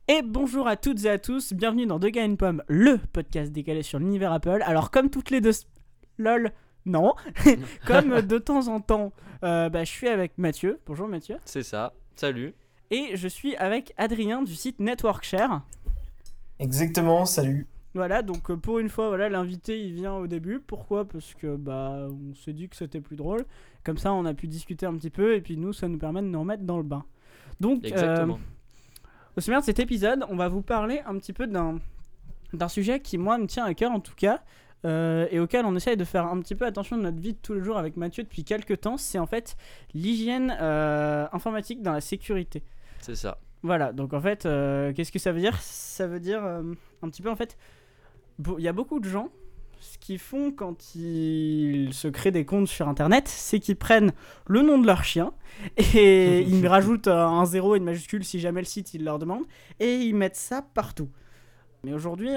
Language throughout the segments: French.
Et bonjour à toutes et à tous, bienvenue dans Deux gars une pomme, le podcast décalé sur l'univers Apple. Alors comme toutes les deux... LOL, non. Comme de temps en temps, je suis avec Mathieu. Bonjour Mathieu. C'est ça, salut. Et je suis avec Adrien du site NetworkShare. Exactement, salut. Voilà, donc pour une fois, voilà, l'invité il vient au début. Pourquoi ? Parce que on s'est dit que c'était plus drôle. Comme ça, on a pu discuter un petit peu et puis nous, ça nous permet de nous remettre dans le bain. Donc, Exactement. au sommaire de cet épisode, on va vous parler un petit peu d'un sujet qui, moi, me tient à cœur en tout cas, et auquel on essaye de faire un petit peu attention de notre vie de tous les jours avec Mathieu depuis quelques temps. C'est en fait l'hygiène informatique dans la sécurité. C'est ça. Voilà, donc en fait, qu'est-ce que ça veut dire ? Ça veut dire un petit peu en fait, il y a beaucoup de gens, ce qu'ils font quand ils se créent des comptes sur internet, c'est qu'ils prennent le nom de leur chien et ils rajoutent un zéro et une majuscule si jamais le site il leur demande, et ils mettent ça partout. Mais aujourd'hui,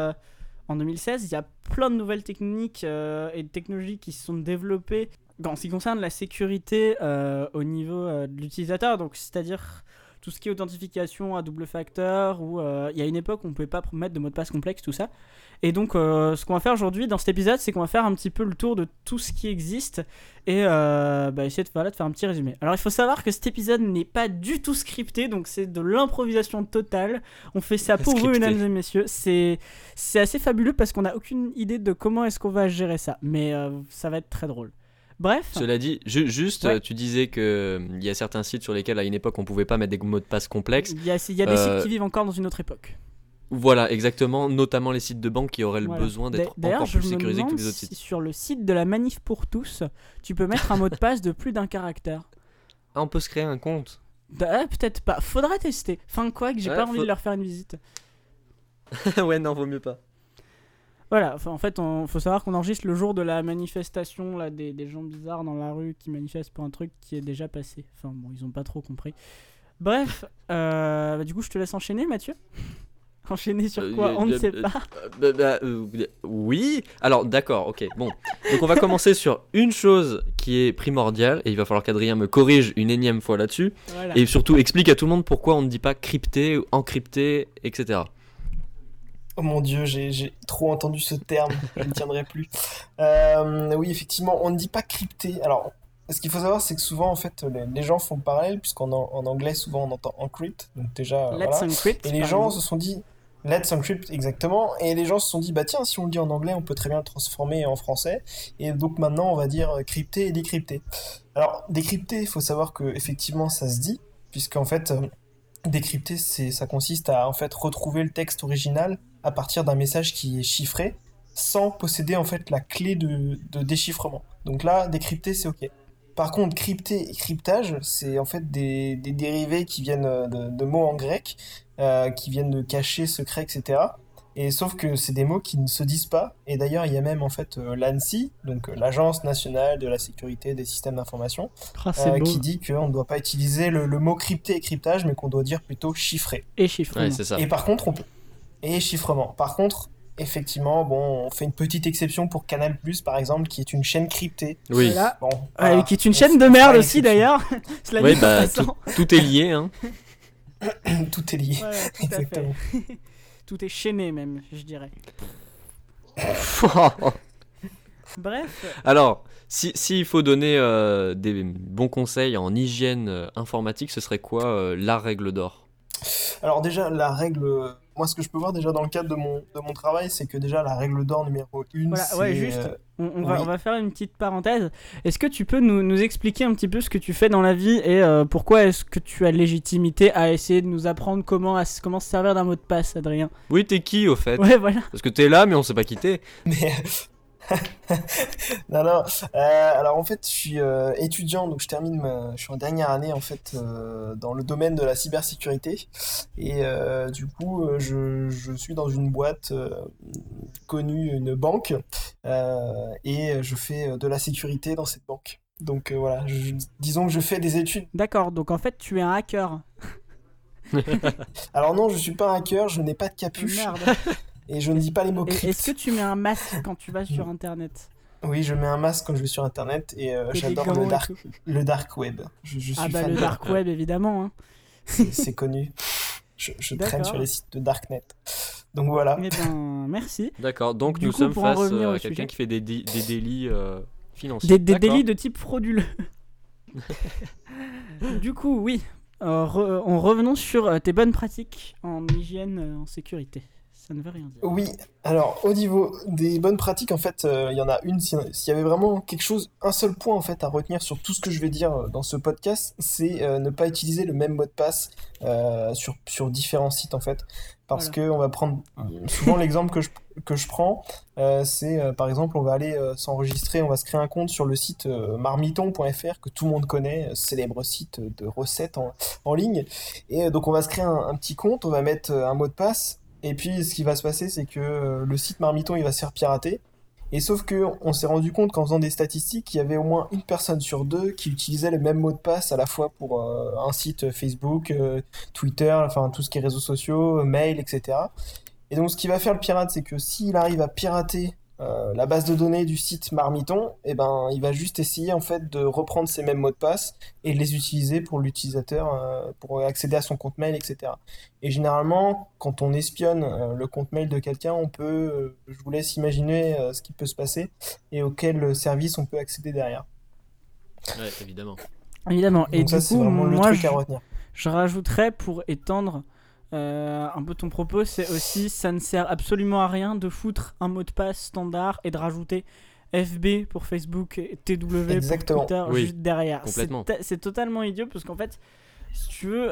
en 2016, il y a plein de nouvelles techniques et de technologies qui se sont développées en ce qui concerne la sécurité au niveau de l'utilisateur, donc c'est-à-dire tout ce qui est authentification à double facteur, où il y a une époque où on ne pouvait pas mettre de mot de passe complexe, tout ça. Et donc, ce qu'on va faire aujourd'hui dans cet épisode, c'est qu'on va faire un petit peu le tour de tout ce qui existe et essayer de faire un petit résumé. Alors, il faut savoir que cet épisode n'est pas du tout scripté, donc c'est de l'improvisation totale. On fait ça pour vous, mesdames et messieurs. C'est assez fabuleux parce qu'on n'a aucune idée de comment est-ce qu'on va gérer ça, mais ça va être très drôle. Bref. Cela dit, tu disais qu'il y a certains sites sur lesquels à une époque on pouvait pas mettre des mots de passe complexes. Il y a des sites qui vivent encore dans une autre époque. Voilà, exactement, notamment les sites de banque qui auraient le besoin d'être encore plus sécurisés que tous les autres sites. Sur le site de la Manif pour tous, tu peux mettre un mot de passe de plus d'un caractère. Ah, on peut se créer un compte. Peut-être pas, faudra tester. Enfin quoi, que j'ai pas envie de leur faire une visite. Ouais, non, vaut mieux pas. Voilà, en fait, faut savoir qu'on enregistre le jour de la manifestation là, des gens bizarres dans la rue qui manifestent pour un truc qui est déjà passé. Enfin bon, ils ont pas trop compris. Bref, du coup, je te laisse enchaîner, Mathieu. Enchaîner sur quoi ? On ne sait pas. Oui. Alors, d'accord, ok. Bon. Donc, on va commencer sur une chose qui est primordiale, et il va falloir qu'Adrien me corrige une énième fois là-dessus. Voilà. Et surtout, explique à tout le monde pourquoi on ne dit pas crypté, encrypté, etc. Oh mon dieu, j'ai trop entendu ce terme, je ne tiendrai plus. Oui, effectivement, on ne dit pas crypté. Alors, ce qu'il faut savoir, c'est que souvent, en fait, les gens font le parallèle, puisqu'en anglais, souvent, on entend encrypt. Donc déjà, Let's encrypt. Et les gens se sont dit... Let's encrypt, exactement. Et les gens se sont dit, bah tiens, si on le dit en anglais, on peut très bien le transformer en français. Et donc maintenant, on va dire crypté et décrypté. Alors, décrypté, il faut savoir que effectivement, ça se dit, puisqu'en fait, décrypter, ça consiste à en fait retrouver le texte original à partir d'un message qui est chiffré, sans posséder en fait la clé de déchiffrement. Donc là, décrypter, c'est ok. Par contre, crypter et cryptage, c'est en fait des dérivés qui viennent de mots en grec, qui viennent de cacher, secret, etc. Et sauf que c'est des mots qui ne se disent pas. Et d'ailleurs, il y a même en fait l'ANSSI, donc l'Agence nationale de la sécurité des systèmes d'information, qui dit qu'on ne doit pas utiliser le mot crypté et cryptage, mais qu'on doit dire plutôt chiffré. Et chiffrement. Ouais, c'est ça. Et par contre, et chiffrement. Par contre, effectivement, bon, on fait une petite exception pour Canal+, par exemple, qui est une chaîne cryptée. Oui. Bon, voilà. Qui est une chaîne de merde aussi, d'ailleurs. Oui, tout est lié, hein. Tout est lié. Voilà, tout exactement. Tout est chaîné, même, je dirais. Bref. Alors, s'il faut donner des bons conseils en hygiène informatique, ce serait quoi la règle d'or ? Alors déjà, la règle... Moi, ce que je peux voir déjà dans le cadre de mon travail, c'est que déjà, la règle d'or numéro 1, voilà, c'est... Ouais, juste, on va faire une petite parenthèse. Est-ce que tu peux nous expliquer un petit peu ce que tu fais dans la vie et pourquoi est-ce que tu as légitimité à essayer de nous apprendre comment se servir d'un mot de passe, Adrien ? Oui, t'es qui, au fait ? Ouais, voilà. Parce que t'es là, mais on sait pas qui t'es. Mais... non. Alors en fait, je suis étudiant, donc je suis en dernière année en fait dans le domaine de la cybersécurité, et du coup, je suis dans une boîte connue, une banque, et je fais de la sécurité dans cette banque. Donc voilà, disons que je fais des études. D'accord, donc en fait, tu es un hacker. Alors non, je suis pas un hacker, je n'ai pas de capuche. Merde. Et je ne dis pas les mots cryptes. Est-ce que tu mets un masque quand tu vas sur internet ? Oui, je mets un masque quand je vais sur internet, et j'adore le dark web. Je suis fan le dark web, évidemment. Hein. C'est connu. Je traîne sur les sites de Darknet. Donc voilà. Eh ben, merci. D'accord, donc Du nous coup, sommes pour en face revenir au à quelqu'un sujet. qui fait des délits financiers. Des D'accord. délits de type frauduleux. Du coup, oui. En revenant sur tes bonnes pratiques en hygiène, en sécurité. Ça ne veut rien dire. Oui, alors au niveau des bonnes pratiques, en fait, il y en a une. S'il y avait vraiment quelque chose, un seul point en fait à retenir sur tout ce que je vais dire dans ce podcast, c'est ne pas utiliser le même mot de passe sur différents sites en fait. Parce Voilà. que on va prendre souvent l'exemple que je prends, c'est par exemple, on va aller s'enregistrer, on va se créer un compte sur le site marmiton.fr que tout le monde connaît, célèbre site de recettes en ligne. Et donc on va se créer un petit compte, on va mettre un mot de passe. Et puis, ce qui va se passer, c'est que le site Marmiton, il va se faire pirater. Et sauf que on s'est rendu compte qu'en faisant des statistiques, il y avait au moins une personne sur deux qui utilisait le même mot de passe à la fois pour un site Facebook, Twitter, enfin tout ce qui est réseaux sociaux, mail, etc. Et donc, ce qui va faire le pirate, c'est que s'il arrive à pirater la base de données du site Marmiton, eh ben, il va juste essayer en fait de reprendre ces mêmes mots de passe et de les utiliser pour l'utilisateur, pour accéder à son compte mail, etc. Et généralement, quand on espionne le compte mail de quelqu'un, on peut, je vous laisse imaginer ce qui peut se passer et auquel service on peut accéder derrière. Ouais, évidemment. Évidemment. Et Donc ça, du c'est coup, vraiment le moi, truc à retenir. je rajouterais pour étendre un peu ton propos, c'est aussi ça ne sert absolument à rien de foutre un mot de passe standard et de rajouter FB pour Facebook et TW Exactement. pour Twitter Oui, juste derrière. complètement. C'est totalement idiot parce qu'en fait, si tu veux,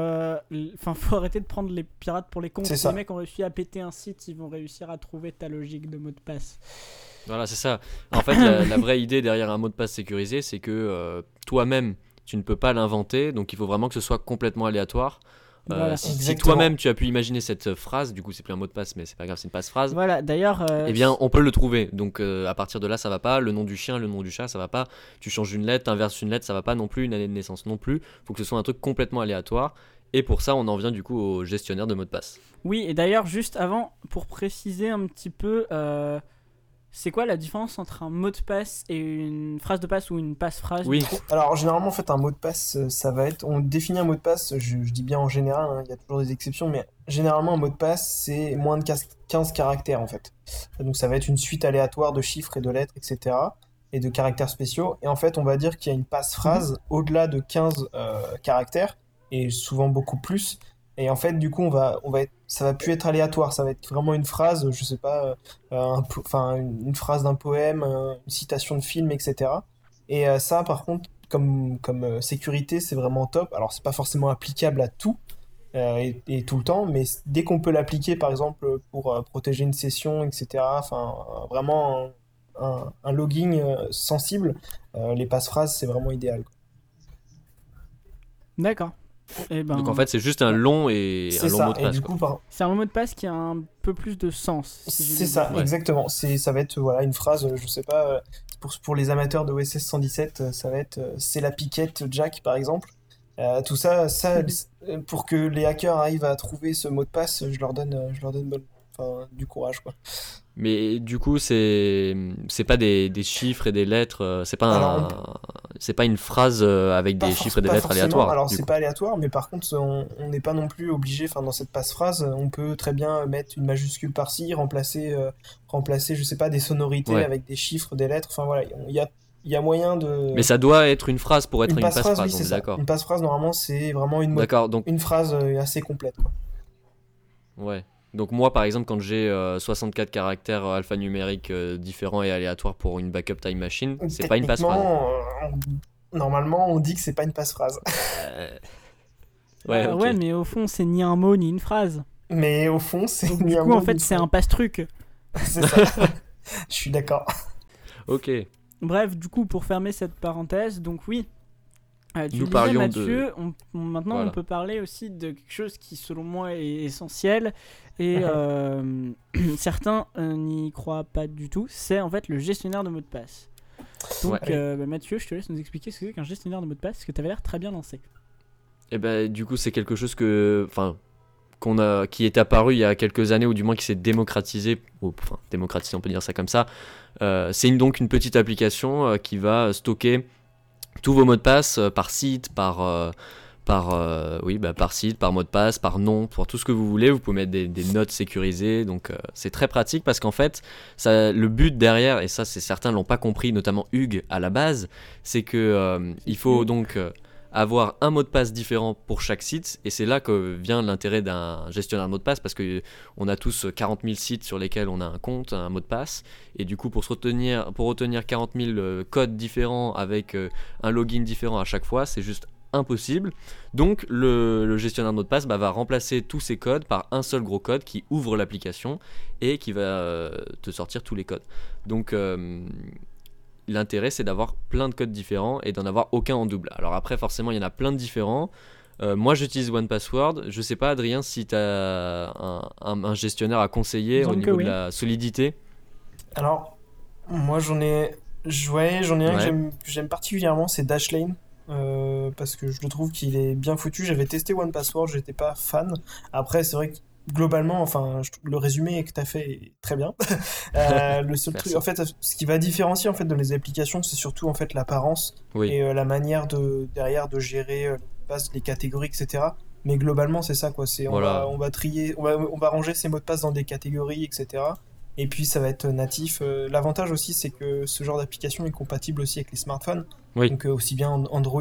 faut arrêter de prendre les pirates pour les cons. C'est Si ça. les mecs ont réussi à péter un site, ils vont réussir à trouver ta logique de mot de passe. Voilà, c'est ça. En fait, la vraie idée derrière un mot de passe sécurisé, c'est que toi-même, tu ne peux pas l'inventer, donc il faut vraiment que ce soit complètement aléatoire. Voilà. Si Exactement. toi-même tu as pu imaginer cette phrase, du coup c'est plus un mot de passe, mais c'est pas grave, c'est une passe-phrase. Voilà, d'ailleurs. Eh bien, on peut le trouver. Donc, à partir de là, ça va pas. Le nom du chien, le nom du chat, ça va pas. Tu changes une lettre, t'inverses une lettre, ça va pas non plus. Une année de naissance non plus. Faut que ce soit un truc complètement aléatoire. Et pour ça, on en vient du coup au gestionnaire de mots de passe. Oui, et d'ailleurs, juste avant, pour préciser un petit peu, c'est quoi la différence entre un mot de passe et une phrase de passe ou une passe-phrase Oui. du coup Alors, généralement, en fait, un mot de passe, ça va être. On définit un mot de passe, je dis bien en général, hein, il y a toujours des exceptions, mais généralement, un mot de passe, c'est moins de 15 caractères, en fait. Donc, ça va être une suite aléatoire de chiffres et de lettres, etc. Et de caractères spéciaux. Et en fait, on va dire qu'il y a une passe-phrase au-delà de 15 caractères, et souvent beaucoup plus. Et en fait, du coup, ça va plus être aléatoire, ça va être vraiment une phrase, je sais pas, une phrase d'un poème, une citation de film, etc. Et ça, par contre, comme sécurité, c'est vraiment top. Alors, c'est pas forcément applicable à tout et tout le temps, mais dès qu'on peut l'appliquer, par exemple, pour protéger une session, etc., enfin, vraiment un logging sensible, les passe-phrases, c'est vraiment idéal, quoi. D'accord. Eh ben, Donc en fait, c'est juste un long mot de Et passe. du Quoi. coup, c'est un mot de passe qui a un peu plus de sens. si je c'est dis ça, bien. Ouais. exactement. Ça va être voilà, une phrase, je sais pas, pour les amateurs de OSS 117, ça va être c'est la piquette Jack, par exemple. Tout ça, pour que les hackers arrivent à trouver ce mot de passe, je leur donne du courage, quoi. Mais du coup, c'est pas des chiffres et des lettres. C'est pas une phrase avec des chiffres et des Pas lettres forcément. aléatoires. Alors, du c'est coup. pas aléatoire, mais par contre, on n'est pas non plus obligé, enfin, dans cette passe-phrase, on peut très bien mettre une majuscule par-ci, remplacer, je sais pas, des sonorités Ouais. avec des chiffres, des lettres, enfin voilà, il y a moyen de. Mais ça doit être une phrase pour être Une une passe-phrase, oui, passe-phrase, on c'est est ça. d'accord. Une passe-phrase, normalement, c'est vraiment D'accord, donc une phrase assez complète, quoi. ouais. Donc moi, par exemple, quand j'ai 64 caractères alphanumériques différents et aléatoires pour une backup time machine, c'est pas une passe-phrase. Techniquement, normalement, on dit que c'est pas une passe-phrase. Ouais, ok. Ouais, mais au fond, c'est ni un mot ni une phrase. Mais au fond, c'est Donc, ni du un coup, mot en ni fait, une c'est phrase. un passe-truc. C'est ça. Je suis d'accord. Ok. Bref, du coup, pour fermer cette parenthèse, donc oui. Tu Nous le disais, parlions Mathieu, maintenant Voilà. on peut parler aussi de quelque chose qui selon moi est essentiel et certains n'y croient pas du tout, c'est en fait le gestionnaire de mots de passe. Donc Ouais. Mathieu, je te laisse nous expliquer ce que c'est qu'un gestionnaire de mots de passe, parce que tu avais l'air très bien lancé. Et ben du coup, c'est quelque chose qui est apparu il y a quelques années, ou du moins qui s'est démocratisé, démocratisé, on peut dire ça comme ça. C'est donc une petite application qui va stocker tous vos mots de passe par site, par par site, par mot de passe, par nom, pour tout ce que vous voulez. Vous pouvez mettre des notes sécurisées, donc c'est très pratique parce qu'en fait, le but derrière, et ça c'est certains l'ont pas compris, notamment Hugues à la base, c'est que il faut donc avoir un mot de passe différent pour chaque site, et c'est là que vient l'intérêt d'un gestionnaire de mot de passe, parce qu'on a tous 40 000 sites sur lesquels on a un compte, un mot de passe, et du coup pour retenir 40 000 codes différents avec un login différent à chaque fois, c'est juste impossible. Donc le gestionnaire de mot de passe va remplacer tous ces codes par un seul gros code qui ouvre l'application et qui va te sortir tous les codes. Donc l'intérêt c'est d'avoir plein de codes différents et d'en avoir aucun en double. Alors après forcément il y en a plein de différents. Moi j'utilise OnePassword. Je sais pas Adrien si tu as un gestionnaire à conseiller au niveau de la solidité. Alors moi j'en ai un que j'aime particulièrement, c'est Dashlane. Parce que je trouve qu'il est bien foutu. J'avais testé OnePassword, j'étais pas fan. Après c'est vrai que globalement, le résumé que tu as fait est très bien. Le seul truc, en fait, ce qui va différencier en fait dans les applications, c'est surtout en fait l'apparence et la manière derrière de gérer les catégories, etc. Mais globalement, c'est ça quoi. On va trier, on va ranger ses mots de passe dans des catégories, etc. Et puis ça va être natif. L'avantage aussi, c'est que ce genre d'application est compatible aussi avec les smartphones. Donc aussi bien Android,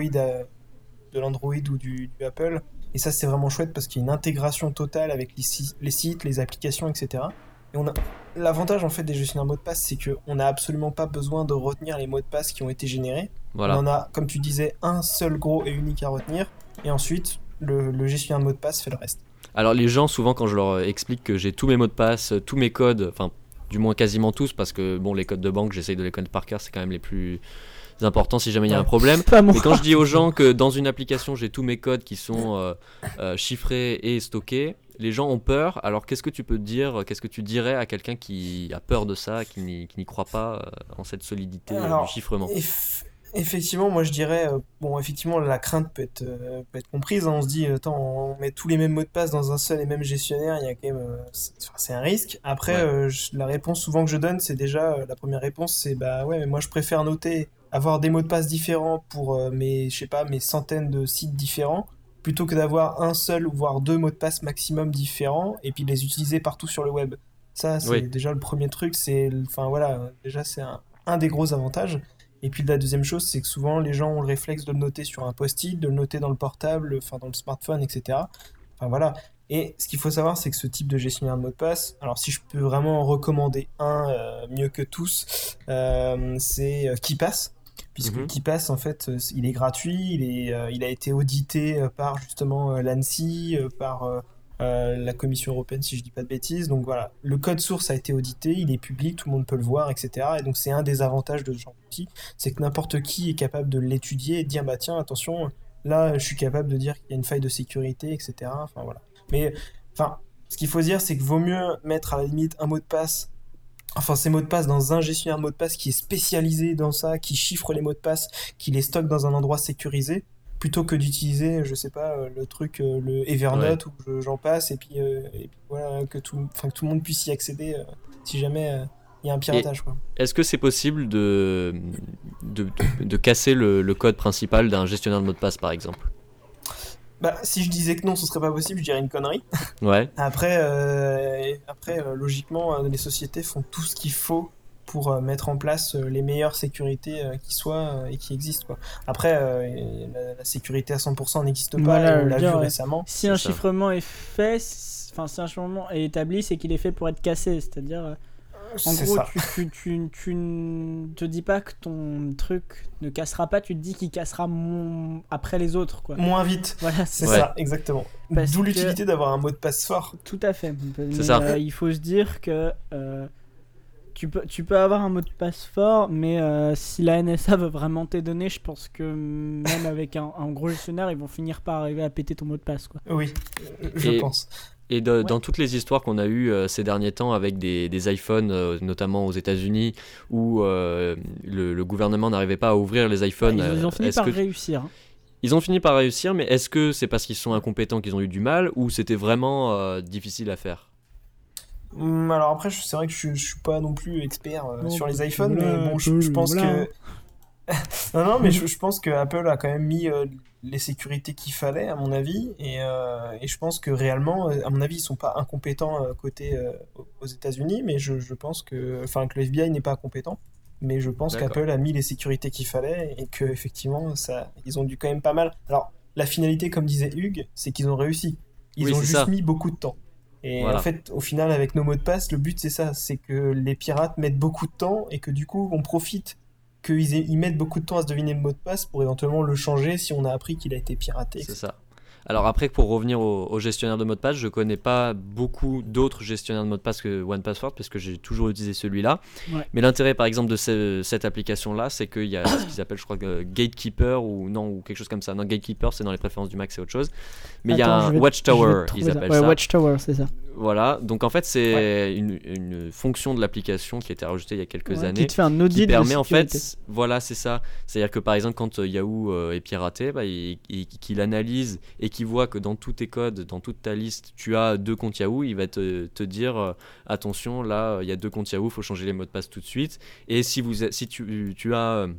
de l'Android ou du Apple. Et ça, c'est vraiment chouette parce qu'il y a une intégration totale avec les sites, les applications, etc. Et l'avantage en fait des gestionnaires de mots de passe, c'est qu'on n'a absolument pas besoin de retenir les mots de passe qui ont été générés. Voilà. On en a, comme tu disais, un seul gros et unique à retenir. Et ensuite, le gestionnaire de mots de passe fait le reste. Alors les gens, souvent quand je leur explique que j'ai tous mes mots de passe, tous mes codes, enfin du moins quasiment tous, parce que bon, les codes de banque, j'essaye de les connaître par cœur, c'est quand même les plus importants si jamais il y a un problème. Mais quand je dis aux gens que dans une application j'ai tous mes codes qui sont chiffrés et stockés, les gens ont peur. Alors qu'est-ce que tu peux dire, qu'est-ce que tu dirais à quelqu'un qui a peur de ça, qui n'y croit pas en cette solidité du chiffrement? Effectivement, moi je dirais, effectivement la crainte peut être comprise, hein. On se dit, attends, on met tous les mêmes mots de passe dans un seul et même gestionnaire, il y a quand même, c'est un risque. Après, la réponse souvent que je donne, c'est déjà, la première réponse, c'est mais moi je préfère avoir des mots de passe différents pour mes centaines de sites différents, plutôt que d'avoir un seul ou voire deux mots de passe maximum différents, et puis les utiliser partout sur le web. Ça, c'est déjà le premier truc, déjà c'est un des gros avantages. Et puis la deuxième chose, c'est que souvent les gens ont le réflexe de le noter sur un post-it, de le noter dans le portable, dans le smartphone, etc. Voilà. Et ce qu'il faut savoir, c'est que ce type de gestionnaire de mots de passe, alors si je peux vraiment en recommander un mieux que tous, c'est KeePass. Puisque KeePass, en fait, il est gratuit, il a été audité par justement l'ANSSI, par la Commission européenne, si je dis pas de bêtises. Donc voilà, le code source a été audité, il est public, tout le monde peut le voir, etc. Et donc c'est un des avantages de ce genre d'outil, c'est que n'importe qui est capable de l'étudier et de dire tiens, attention, là je suis capable de dire qu'il y a une faille de sécurité, etc. Voilà. Mais ce qu'il faut dire, c'est que vaut mieux mettre à la limite un mot de passe, ces mots de passe dans un gestionnaire de mots de passe qui est spécialisé dans ça, qui chiffre les mots de passe, qui les stocke dans un endroit sécurisé, plutôt que d'utiliser, je sais pas, le truc, le Evernote où j'en passe, et puis voilà, que tout le monde puisse y accéder si jamais il y a un piratage. Quoi. Est-ce que c'est possible de casser le code principal d'un gestionnaire de mot de passe, par exemple? Si je disais que non, ce serait pas possible, je dirais une connerie. Ouais. Après, logiquement, les sociétés font tout ce qu'il faut pour mettre en place les meilleures sécurités qui soient et qui existent, quoi. Après, la sécurité à 100% n'existe pas, voilà, et on l'a vu récemment. Si un chiffrement est fait, si un chiffrement est établi, c'est qu'il est fait pour être cassé, c'est-à-dire... En gros, tu ne te dis pas que ton truc ne cassera pas, tu te dis qu'il cassera après les autres, quoi. Moins vite. Voilà, c'est ça, exactement. D'où l'utilité d'avoir un mot de passe fort. Tout à fait. Mais il faut se dire que tu peux avoir un mot de passe fort, mais si la NSA veut vraiment tes données, je pense que même avec un gros gestionnaire, ils vont finir par arriver à péter ton mot de passe, quoi. Oui, je pense. Et dans toutes les histoires qu'on a eues ces derniers temps avec des iPhones, notamment aux États-Unis, où le gouvernement n'arrivait pas à ouvrir les iPhones. Ils ont fini par réussir. Ils ont fini par réussir, mais est-ce que c'est parce qu'ils sont incompétents qu'ils ont eu du mal, ou c'était vraiment difficile à faire? Alors après, c'est vrai que je suis pas non plus expert sur les iPhones, mais bon, je pense que... non, mais je pense que Apple a quand même mis les sécurités qu'il fallait, à mon avis. Et je pense que réellement, à mon avis, ils sont pas incompétents aux États-Unis, mais je pense que le FBI n'est pas incompétent. Mais je pense D'accord. qu'Apple a mis les sécurités qu'il fallait et que effectivement, ils ont dû quand même pas mal. Alors, la finalité, comme disait Hugues, c'est qu'ils ont réussi. Ils Oui, ont c'est juste ça. mis beaucoup de temps. Et en Voilà. fait, au final, avec nos mots de passe, le but c'est ça, c'est que les pirates mettent beaucoup de temps et que du coup, on profite ils mettent beaucoup de temps à se deviner le mot de passe pour éventuellement le changer si on a appris qu'il a été piraté, C'est etc. ça. Alors après, pour revenir au gestionnaire de mot de passe, je connais pas beaucoup d'autres gestionnaires de mot de passe que OnePassword parce que j'ai toujours utilisé celui-là. Ouais. Mais l'intérêt, par exemple, de cette application-là, c'est qu'il y a ce qu'ils appellent, je crois, Gatekeeper ou quelque chose comme ça. Non, Gatekeeper, c'est dans les préférences du Mac, c'est autre chose. Mais il y a Attends, un je vais te Watchtower, trouver ils ça. appellent Ouais, ça. Watchtower, c'est ça. Voilà. Donc en fait, c'est une fonction de l'application qui a été rajoutée il y a quelques Ouais, années. qui te fait un audit Qui permet de en sécurité. fait, voilà, c'est ça. C'est-à-dire que par exemple, quand Yahoo est piraté, qu'il analyse et qu'il voit que dans tous tes codes, dans toute ta liste, tu as 2 comptes Yahoo, il va te dire attention, là, il y a 2 comptes Yahoo, il faut changer les mots de passe tout de suite. Et si tu as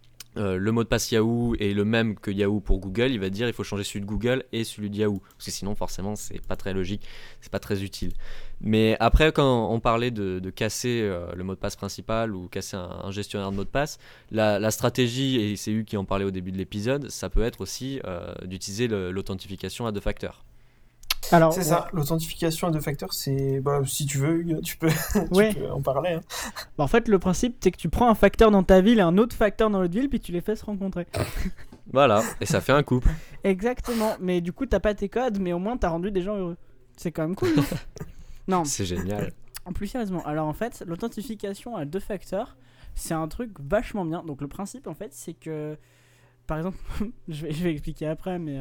le mot de passe Yahoo est le même que Yahoo pour Google, il va dire il faut changer celui de Google et celui de Yahoo. Parce que sinon, forcément, c'est pas très logique, c'est pas très utile. Mais après, quand on parlait de casser le mot de passe principal ou casser un gestionnaire de mot de passe, la stratégie, et c'est Hugues qui en parlait au début de l'épisode, ça peut être aussi d'utiliser l'authentification à 2 facteurs. Alors, C'est ça, l'authentification à 2 facteurs, c'est... Bah, si tu veux, Hugues, tu peux en parler. Hein. Bah, en fait, le principe, c'est que tu prends un facteur dans ta ville et un autre facteur dans l'autre ville, puis tu les fais se rencontrer. Voilà, et ça fait un couple. Exactement. Mais du coup, t'as pas tes codes, mais au moins, t'as rendu des gens heureux. C'est quand même cool, non? Non, C'est génial. en plus sérieusement. Alors, en fait, l'authentification à 2 facteurs, c'est un truc vachement bien. Donc, le principe, en fait, c'est que... Par exemple, je vais expliquer après, mais...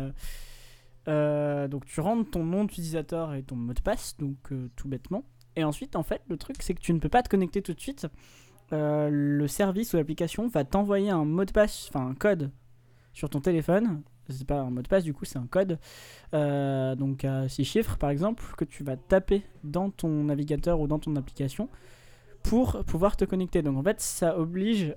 donc tu rentres ton nom d'utilisateur et ton mot de passe, donc tout bêtement. Et ensuite, en fait, le truc, c'est que tu ne peux pas te connecter tout de suite. Le service ou l'application va t'envoyer un mot de passe, enfin un code sur ton téléphone. C'est pas un mot de passe, du coup, c'est un code. Donc à 6 chiffres, par exemple, que tu vas taper dans ton navigateur ou dans ton application pour pouvoir te connecter. Donc en fait, ça oblige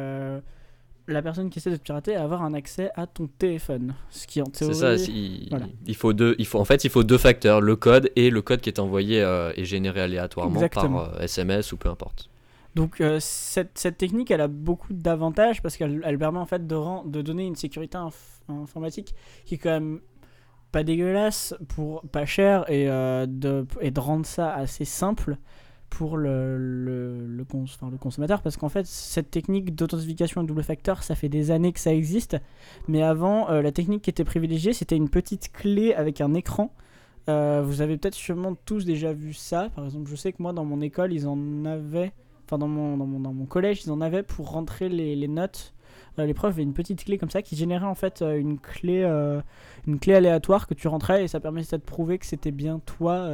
la personne qui essaie de te pirater à avoir un accès à ton téléphone. Ce qui en théorie... C'est ça, voilà. il faut 2 facteurs, le code et le code qui est envoyé et généré aléatoirement Exactement. par SMS ou peu importe. Donc cette technique, elle a beaucoup d'avantages parce qu'elle permet en fait de donner une sécurité informatique qui est quand même pas dégueulasse pour pas cher et de rendre ça assez simple pour le consommateur, parce qu'en fait cette technique d'authentification à double facteur, ça fait des années que ça existe, mais avant la technique qui était privilégiée, c'était une petite clé avec un écran. Vous avez peut-être sûrement tous déjà vu ça. Par exemple, je sais que moi dans mon école ils en avaient, enfin dans mon collège ils en avaient pour rentrer les notes. Les profs avaient une petite clé comme ça qui générait en fait une clé aléatoire que tu rentrais, et ça permettait de prouver que c'était bien toi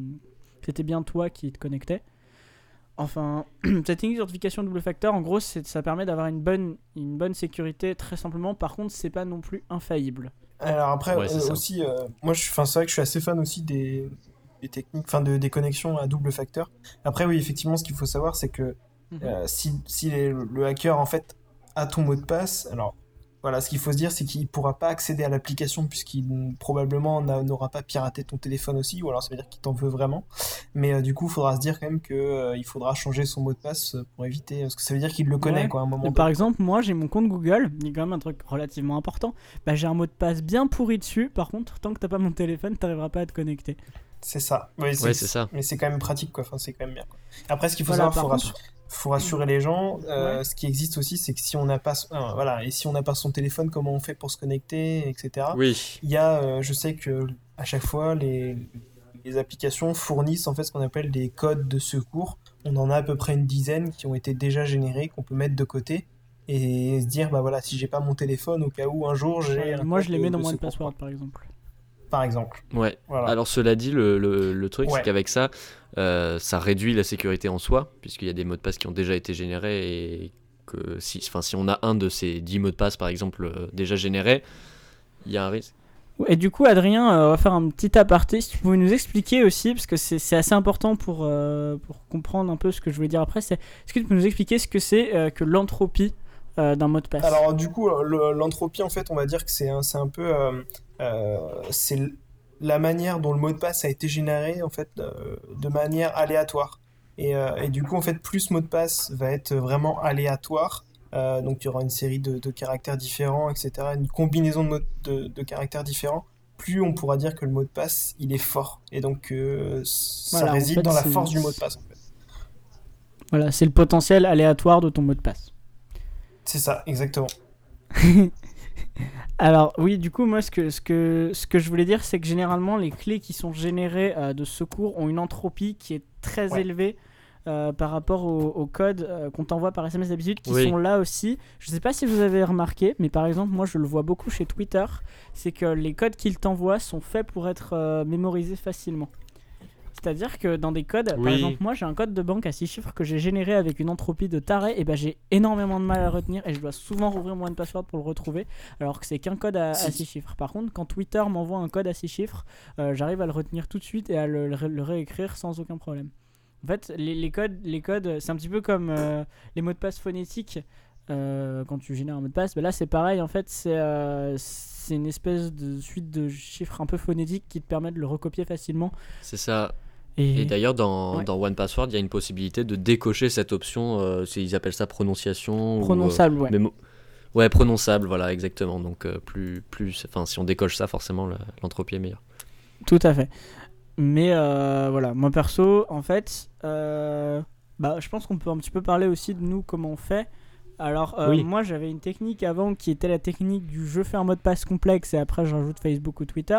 qui te connectais. Enfin, cette technique d'identification double facteur, en gros, ça permet d'avoir une bonne sécurité très simplement. Par contre, c'est pas non plus infaillible. Alors après, Ouais, c'est ça. aussi, moi, c'est vrai que je suis assez fan aussi des techniques, des connexions à double facteur. Après, oui, effectivement, ce qu'il faut savoir, c'est que si le hacker, en fait, a ton mot de passe, alors voilà, ce qu'il faut se dire, c'est qu'il pourra pas accéder à l'application puisqu'il probablement n'aura pas piraté ton téléphone aussi, ou alors ça veut dire qu'il t'en veut vraiment. Mais du coup, il faudra se dire quand même que il faudra changer son mot de passe pour éviter, parce que ça veut dire qu'il le connaît, Ouais. quoi, à un moment. Et par exemple, moi, j'ai mon compte Google, il y a quand même un truc relativement important. Bah, j'ai un mot de passe bien pourri dessus. Par contre, tant que t'as pas mon téléphone, t'arriveras pas à te connecter. C'est ça. Oui, Ouais, c'est ça. Mais c'est quand même pratique, quoi. Enfin, c'est quand même bien, quoi. Après, ce qu'il faut Voilà, savoir, par faut rassurer les gens. Ouais. Ce qui existe aussi, c'est que si on n'a pas, voilà, et si on n'a pas son téléphone, comment on fait pour se connecter, etc. Oui, Il y a, je sais que à chaque fois, les applications fournissent en fait ce qu'on appelle des codes de secours. On en a à peu près une dizaine qui ont été déjà générés, qu'on peut mettre de côté et se dire, bah voilà, si j'ai pas mon téléphone, au cas où un jour j'ai un Moi, code je les mets dans de mon secours, password, par exemple. par exemple. ouais. Voilà. Alors cela dit, le truc, Ouais. c'est qu'avec ça, ça réduit la sécurité en soi, puisqu'il y a des mots de passe qui ont déjà été générés et que si on a un de ces 10 mots de passe, par exemple, déjà générés, il y a un risque. Et du coup, Adrien, on va faire un petit aparté. Si tu pouvais nous expliquer aussi, parce que c'est assez important pour comprendre un peu ce que je voulais dire après, est-ce que tu peux nous expliquer ce que c'est que l'entropie d'un mot de passe. Alors du coup, l'entropie, en fait, on va dire que c'est un peu c'est la manière dont le mot de passe a été généré en fait de manière aléatoire. Et du coup, en fait, plus ce mot de passe va être vraiment aléatoire, donc il y aura une série de caractères différents, etc., une combinaison de caractères différents, plus on pourra dire que le mot de passe, il est fort. Et donc, ça Voilà, en réside fait, dans la force du mot de passe, en fait. Voilà, c'est le potentiel aléatoire de ton mot de passe. C'est ça, exactement. Alors oui, du coup, moi, ce que je voulais dire, c'est que généralement, les clés qui sont générées de secours ont une entropie qui est très élevée par rapport au code qu'on t'envoie par SMS d'habitude, qui sont là aussi. Je sais pas si vous avez remarqué, mais par exemple, moi, je le vois beaucoup chez Twitter, c'est que les codes qu'ils t'envoient sont faits pour être mémorisés facilement. C'est-à-dire que dans des codes, par exemple, moi j'ai un code de banque à 6 chiffres que j'ai généré avec une entropie de taré, et ben j'ai énormément de mal à le retenir et je dois souvent rouvrir mon password pour le retrouver, alors que c'est qu'un code à 6 chiffres. Par contre, quand Twitter m'envoie un code à 6 chiffres, j'arrive à le retenir tout de suite et à le réécrire sans aucun problème. En fait, les codes, c'est un petit peu comme les mots de passe phonétiques. Quand tu génères un mot de passe, ben là c'est pareil, en fait, c'est une espèce de suite de chiffres un peu phonétiques qui te permettent de le recopier facilement. C'est ça. Et d'ailleurs, dans 1Password, il y a une possibilité de décocher cette option. Ils appellent ça prononciation. Prononçable, ouais, prononçable, voilà, exactement. Donc, si on décoche ça, forcément, l'entropie est meilleure. Tout à fait. Mais voilà, moi perso, en fait, je pense qu'on peut un petit peu parler aussi de nous, comment on fait. Alors, moi, j'avais une technique avant qui était la technique du je fais un mot de passe complexe et après, je rajoute Facebook ou Twitter.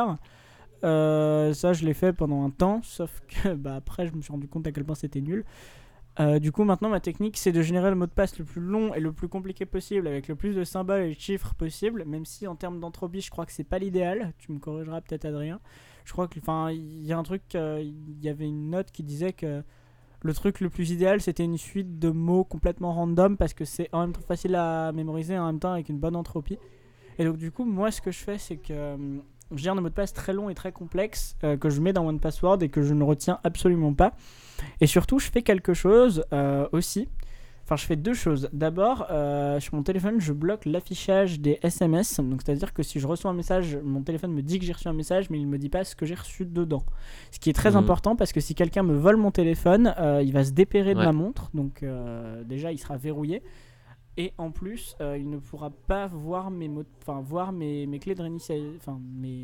Ça je l'ai fait pendant un temps, sauf que après je me suis rendu compte à quel point c'était nul. Du coup maintenant ma technique c'est de générer le mot de passe le plus long et le plus compliqué possible avec le plus de symboles et de chiffres possible, même si en termes d'entropie je crois que c'est pas l'idéal. Tu me corrigeras peut-être Adrien. Je crois que il y a un truc, il y avait une note qui disait que le truc le plus idéal c'était une suite de mots complètement random parce que c'est en même temps facile à mémoriser et en même temps avec une bonne entropie. Et donc du coup moi ce que je fais c'est que je gère des mots de passe très longs et très complexes que je mets dans 1Password et que je ne retiens absolument pas. Et surtout, je fais quelque chose aussi. Enfin, je fais deux choses. D'abord, sur mon téléphone, je bloque l'affichage des SMS. Donc, c'est-à-dire que si je reçois un message, mon téléphone me dit que j'ai reçu un message, mais il ne me dit pas ce que j'ai reçu dedans. Ce qui est très important parce que si quelqu'un me vole mon téléphone, il va se dépairer de ma montre. Donc, déjà, il sera verrouillé. Et en plus, il ne pourra pas voir mes clés de réinitialisation,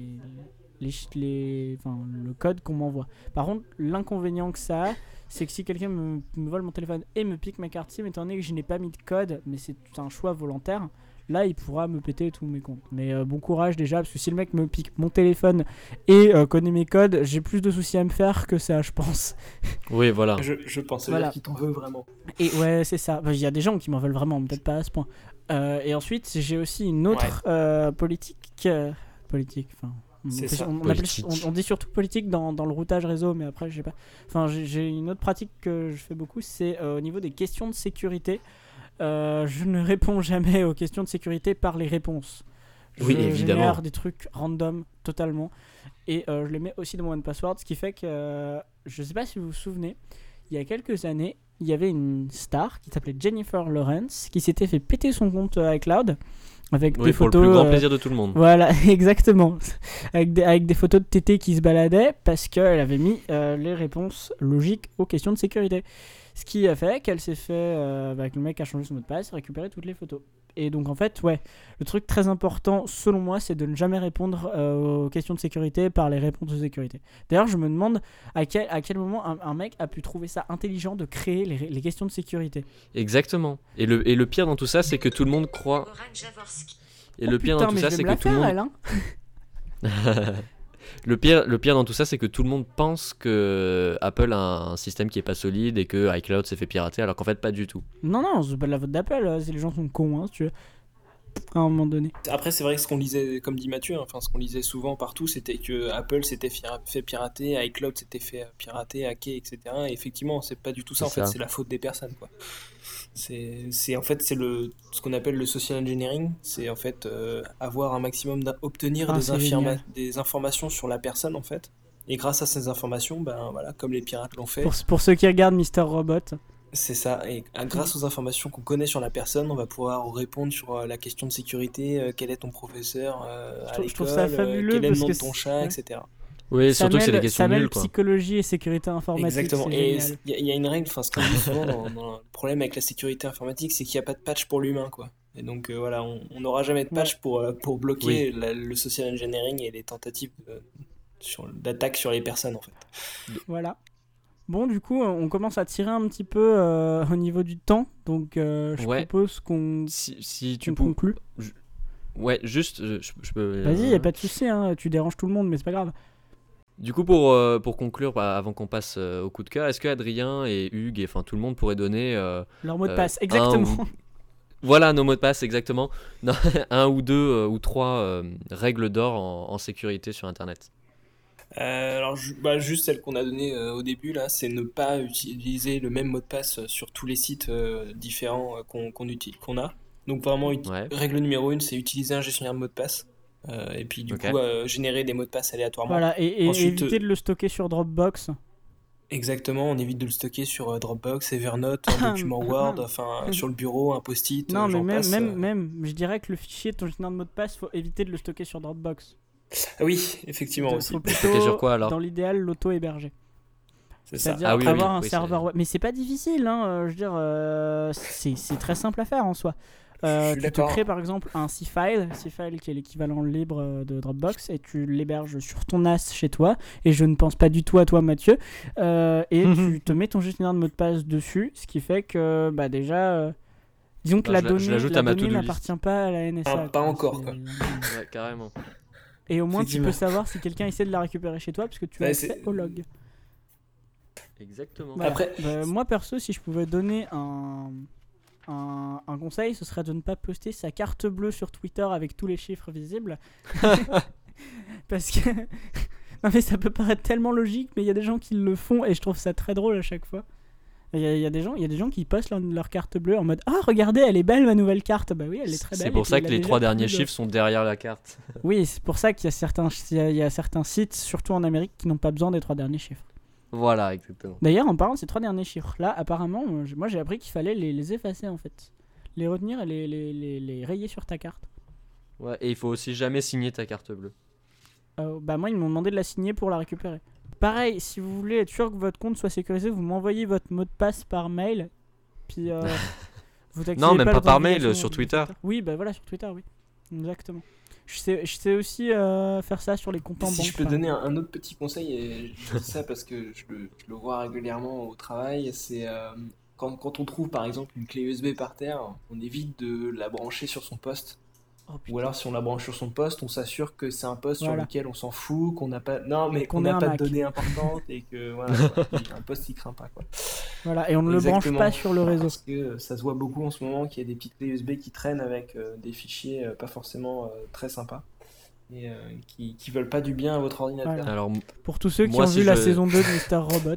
le code qu'on m'envoie. Par contre, l'inconvénient que ça a, c'est que si quelqu'un me vole mon téléphone et me pique ma carte SIM, étant donné que je n'ai pas mis de code, mais c'est un choix volontaire, là il pourra me péter tous mes comptes. Mais bon courage déjà, parce que si le mec me pique mon téléphone et connaît mes codes, j'ai plus de soucis à me faire que ça, je pense. Oui, voilà. Je pensais dire qu'il t'en veut vraiment. Et ouais, c'est ça. Il y a des gens qui m'en veulent vraiment, peut-être pas à ce point. Et ensuite, j'ai aussi une autre politique. On dit surtout politique dans le routage réseau, mais après, je sais pas. Enfin, j'ai une autre pratique que je fais beaucoup, c'est au niveau des questions de sécurité. Je ne réponds jamais aux questions de sécurité par les réponses. Oui, évidemment. Je génère des trucs random totalement et je les mets aussi dans mon 1Password, ce qui fait que je sais pas si vous vous souvenez, il y a quelques années, il y avait une star qui s'appelait Jennifer Lawrence qui s'était fait péter son compte iCloud avec des photos. Pour le plus grand plaisir de tout le monde. Voilà, exactement. Avec des photos de tétés qui se baladaient parce qu'elle avait mis les réponses logiques aux questions de sécurité. Ce qui a fait qu'elle s'est fait, que le mec a changé son mot de passe, récupéré toutes les photos. Et donc en fait, le truc très important selon moi, c'est de ne jamais répondre aux questions de sécurité par les réponses de sécurité. D'ailleurs, je me demande à quel moment un mec a pu trouver ça intelligent de créer les questions de sécurité. Exactement. Et le pire dans tout ça, c'est que tout le monde croit. Et le pire dans tout ça, c'est que tout le monde. Le pire dans tout ça, c'est que tout le monde pense que Apple a un système qui est pas solide et que iCloud s'est fait pirater, alors qu'en fait pas du tout. Non, c'est pas de la faute d'Apple, c'est les gens sont cons, si tu veux. À un moment donné. Après, c'est vrai que ce qu'on lisait, comme dit Mathieu, ce qu'on lisait souvent partout, c'était que Apple s'était fait pirater, iCloud s'était fait pirater, hacker, etc. Et effectivement, c'est pas du tout ça. En fait, c'est la faute des personnes, quoi. C'est ce qu'on appelle le social engineering. C'est en fait avoir un maximum obtenir des informations sur la personne, en fait. Et grâce à ces informations, comme les pirates l'ont fait. Pour ceux qui regardent Mister Robot. C'est ça, et grâce aux informations qu'on connaît sur la personne, on va pouvoir répondre sur la question de sécurité, quel est ton professeur à Je trouve ça l'école, fabuleux quel est le parce nom que de ton chat, ouais. etc. Oui, Ça surtout que c'est des mêle, questions ça mêle nulles, quoi. psychologie et sécurité informatique, Exactement, c'est et génial. il y a une règle, enfin ce qu'on dit souvent dans le problème avec la sécurité informatique, c'est qu'il n'y a pas de patch pour l'humain, quoi. Et donc voilà, on n'aura jamais de Ouais, patch pour Oui. bloquer le social engineering et les tentatives d'attaque sur les personnes, en fait. voilà. Bon, du coup, on commence à tirer un petit peu au niveau du temps, donc je Ouais, propose qu'on si tu qu'on peux. conclue. Ouais, juste, je peux. Vas-y, y a pas de souci, hein, tu déranges tout le monde, mais c'est pas grave. Du coup, pour conclure, avant qu'on passe au coup de cœur, est-ce que Adrien et Hugues, et enfin tout le monde pourrait donner Leur mot de passe, un exactement. ou voilà nos mots de passe exactement, non, un ou deux ou trois règles d'or en sécurité sur Internet. Alors, juste celle qu'on a donnée au début, là, c'est ne pas utiliser le même mot de passe sur tous les sites différents qu'on a. Donc, vraiment, Ouais, règle numéro 1, c'est utiliser un gestionnaire de mot de passe. Et puis, du coup, ok. générer des mots de passe aléatoirement. Voilà, et Ensuite, éviter de le stocker sur Dropbox. exactement, on évite de le stocker sur Dropbox, Evernote, un document Word, enfin, sur le bureau, un post-it, Non, mais j'en passe. même, je dirais que le fichier, ton gestionnaire de mot de passe, faut éviter de le stocker sur Dropbox. Ah oui, effectivement aussi. Faut Stocké sur plutôt, quoi alors? dans l'idéal, l'auto-héberger. C'est ça. C'est-à-dire Ah oui, avoir oui, un oui, serveur web. Mais c'est pas difficile, hein, je veux dire, c'est très simple à faire en soi. Je suis Tu te d'accord. crées par exemple un C-File qui est l'équivalent libre de Dropbox, et tu l'héberges sur ton NAS chez toi, et je ne pense pas du tout à toi Mathieu, et tu te mets ton gestionnaire de mot de passe dessus, ce qui fait que bah déjà, disons que Bah, je l'ajoute à ma donnée to-do n'appartient list. pas à la NSA. Pas quoi, encore, quoi. Ouais, carrément. Et au moins tu peux Effectivement. savoir si quelqu'un essaie de la récupérer chez toi, parce que tu as Ouais, accès au log. Exactement. Voilà. Après, Moi perso, si je pouvais donner un conseil, ce serait de ne pas poster sa carte bleue sur Twitter avec tous les chiffres visibles. Parce que. Non, mais ça peut paraître tellement logique, mais il y a des gens qui le font et je trouve ça très drôle à chaque fois. Il y a des gens qui postent leur carte bleue en mode ah, regardez, elle est belle ma nouvelle carte. Bah oui, elle est très belle. C'est pour et puis ça elle que a les déjà 3 derniers plus de- chiffres sont derrière la carte. Oui, c'est pour ça qu'il y a certains sites, surtout en Amérique, qui n'ont pas besoin des 3 derniers chiffres. Voilà, exactement. D'ailleurs, en parlant de ces 3 derniers chiffres, là, apparemment, moi j'ai appris qu'il fallait les effacer en fait. Les retenir et les rayer sur ta carte. Ouais, et il faut aussi jamais signer ta carte bleue. Bah moi ils m'ont demandé de la signer pour la récupérer. Pareil, si vous voulez être sûr que votre compte soit sécurisé, vous m'envoyez votre mot de passe par mail. Puis vous activez Non, même pas par l'authentification mail, sur Twitter. Oui, bah voilà, sur Twitter, oui. Exactement. Je sais aussi faire ça sur les comptes en si banque. je peux par donner exemple. un autre petit conseil, et je dis ça parce que je le vois régulièrement au travail, c'est quand on trouve par exemple une clé USB par terre, on évite de la brancher sur son poste. Oh, putain. Ou alors si on la branche sur son poste, on s'assure que c'est un poste sur Voilà. lequel on s'en fout, qu'on n'a pas, non mais Qu'on qu'on ait n'a un pas de Mac. données importantes et que voilà, quoi, un poste qui craint pas quoi. Voilà, et on ne le branche Exactement. pas sur le réseau. Parce que ça se voit beaucoup en ce moment qu'il y a des petites clés USB qui traînent avec des fichiers pas forcément très sympas et qui veulent pas du bien à votre ordinateur. Voilà. Alors, Pour tous ceux qui Moi, ont si vu la je- saison 2 de Mister Robot.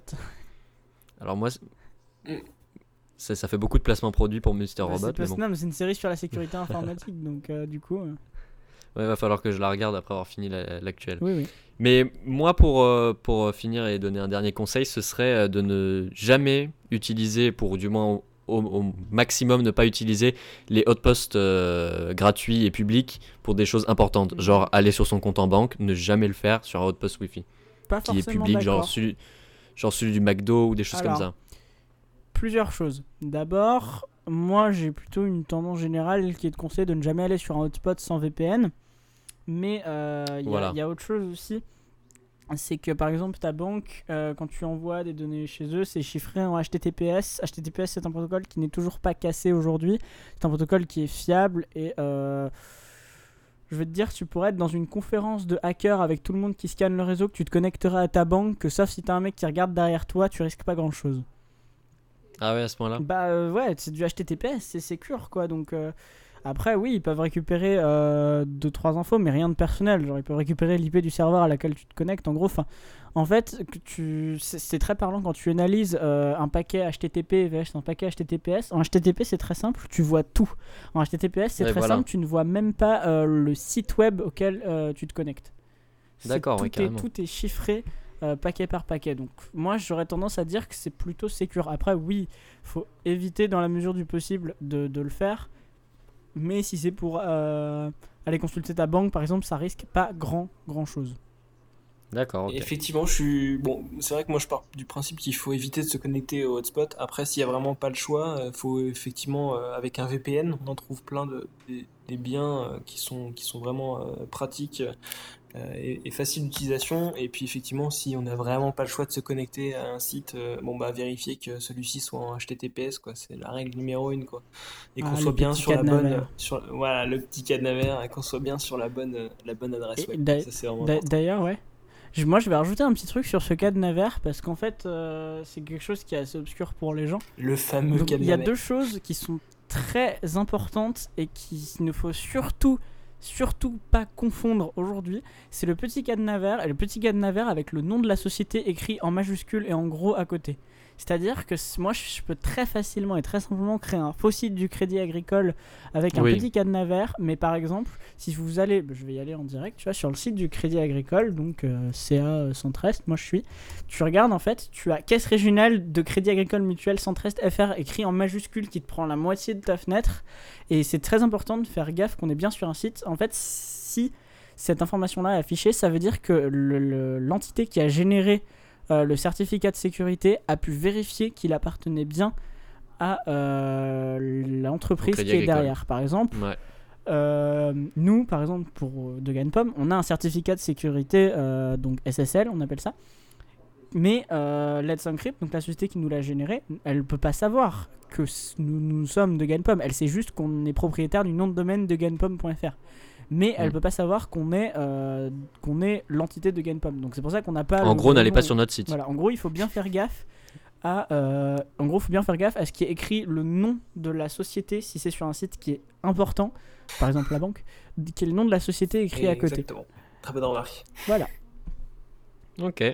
alors moi, Mm. ça fait beaucoup de placements produits pour Mr. Bah, Robot, c'est mais parce- bon. Non, mais c'est une série sur la sécurité informatique, donc du coup. Ouais, va falloir que je la regarde après avoir fini l'actuelle. Oui, oui. Mais moi, pour finir et donner un dernier conseil, ce serait de ne jamais utiliser, pour du moins au maximum, ne pas utiliser les outposts gratuits et publics pour des choses importantes. Genre aller sur son compte en banque, ne jamais le faire sur un outpost Wi-Fi Pas qui est forcément public, d'accord. genre celui du McDo ou des choses Alors, comme ça. Plusieurs choses. D'abord, moi j'ai plutôt une tendance générale qui est de conseiller de ne jamais aller sur un hotspot sans VPN. Mais Voilà. y a autre chose aussi. C'est que par exemple ta banque, quand tu envoies des données chez eux, c'est chiffré en HTTPS. HTTPS c'est un protocole qui n'est toujours pas cassé aujourd'hui. C'est un protocole qui est fiable et je vais te dire, tu pourrais être dans une conférence de hackers avec tout le monde qui scanne le réseau, que tu te connecteras à ta banque, que sauf si t'as un mec qui regarde derrière toi, tu risques pas grand chose. Ah ouais, à ce point-là. Bah ouais, c'est du HTTPS, c'est secure quoi. Donc après, oui, ils peuvent récupérer 2-3 infos, mais rien de personnel. Genre, ils peuvent récupérer l'IP du serveur à laquelle tu te connectes. En gros, en fait, c'est très parlant quand tu analyses un paquet HTTP vs un paquet HTTPS. En HTTP, c'est très simple, tu vois tout. En HTTPS, c'est Ouais, très voilà. simple, tu ne vois même pas le site web auquel tu te connectes. D'accord, ouais, carrément. Tout est chiffré paquet par paquet. Donc moi j'aurais tendance à dire que c'est plutôt sécure. Après oui, faut éviter dans la mesure du possible de le faire. Mais si c'est pour aller consulter ta banque par exemple, ça risque pas grand chose. D'accord, ok. Effectivement, bon, c'est vrai que moi je pars du principe qu'il faut éviter de se connecter au hotspot. Après, s'il y a vraiment pas le choix, faut effectivement avec un VPN, on en trouve plein des biens qui sont vraiment pratiques et faciles d'utilisation. Et puis effectivement, si on n'a vraiment pas le choix de se connecter à un site, bon bah vérifier que celui-ci soit en HTTPS, quoi. C'est la règle numéro 1, quoi. Et qu'on soit bien sur la bonne, voilà, le petit cadenas vert, et qu'on soit bien sur la bonne adresse web. Ça, c'est vraiment important. D'ailleurs, ouais. Moi, je vais rajouter un petit truc sur ce cadenas vert parce qu'en fait, c'est quelque chose qui est assez obscur pour les gens. Le fameux cadenas vert. Il y a deux choses qui sont très importantes et qu'il ne faut surtout pas confondre aujourd'hui. C'est le petit cadenas vert et le petit cadenas vert avec le nom de la société écrit en majuscule et en gros à côté. C'est-à-dire que moi, je peux très facilement et très simplement créer un faux site du Crédit Agricole avec un petit cadenas vert. Mais par exemple, si vous allez, je vais y aller en direct, tu vois, sur le site du Crédit Agricole, donc CA Centre-Est, moi je suis. Tu regardes en fait, tu as Caisse régionale de Crédit Agricole Mutuel Centre-Est FR écrit en majuscule qui te prend la moitié de ta fenêtre. Et c'est très important de faire gaffe qu'on est bien sur un site. En fait, si cette information-là est affichée, ça veut dire que l'entité qui a généré le certificat de sécurité a pu vérifier qu'il appartenait bien à l'entreprise qui est derrière. Par exemple, nous, par exemple, pour de Ganpom, on a un certificat de sécurité, donc SSL, on appelle ça. Mais Let's Encrypt, donc la société qui nous l'a généré, elle ne peut pas savoir que nous sommes de Ganpom. Elle sait juste qu'on est propriétaire du nom de domaine de ganpom.fr. Mais elle peut pas savoir qu'on est l'entité de Ganpom. Donc c'est pour ça qu'on n'a pas. En gros, n'allez pas sur notre site. Voilà. En gros, il faut bien faire gaffe à ce qui est écrit le nom de la société si c'est sur un site qui est important, par exemple la banque, qui est le nom de la société écrit à côté. Exactement. Très bonne remarque. Voilà. Ok.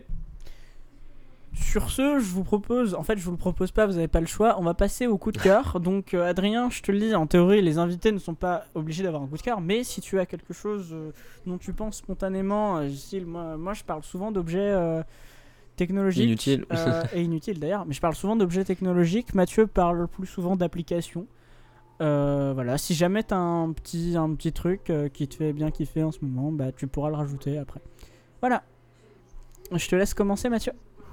Sur ce, je vous le propose pas, vous n'avez pas le choix. On va passer au coup de cœur. Donc, Adrien, je te le dis, en théorie, les invités ne sont pas obligés d'avoir un coup de cœur. Mais si tu as quelque chose dont tu penses spontanément, moi, je parle souvent d'objets technologiques. Inutiles. Et inutiles d'ailleurs. Mais je parle souvent d'objets technologiques. Mathieu parle plus souvent d'applications. Voilà, si jamais tu as un petit truc qui te fait bien kiffer en ce moment, bah, tu pourras le rajouter après. Voilà. Je te laisse commencer, Mathieu.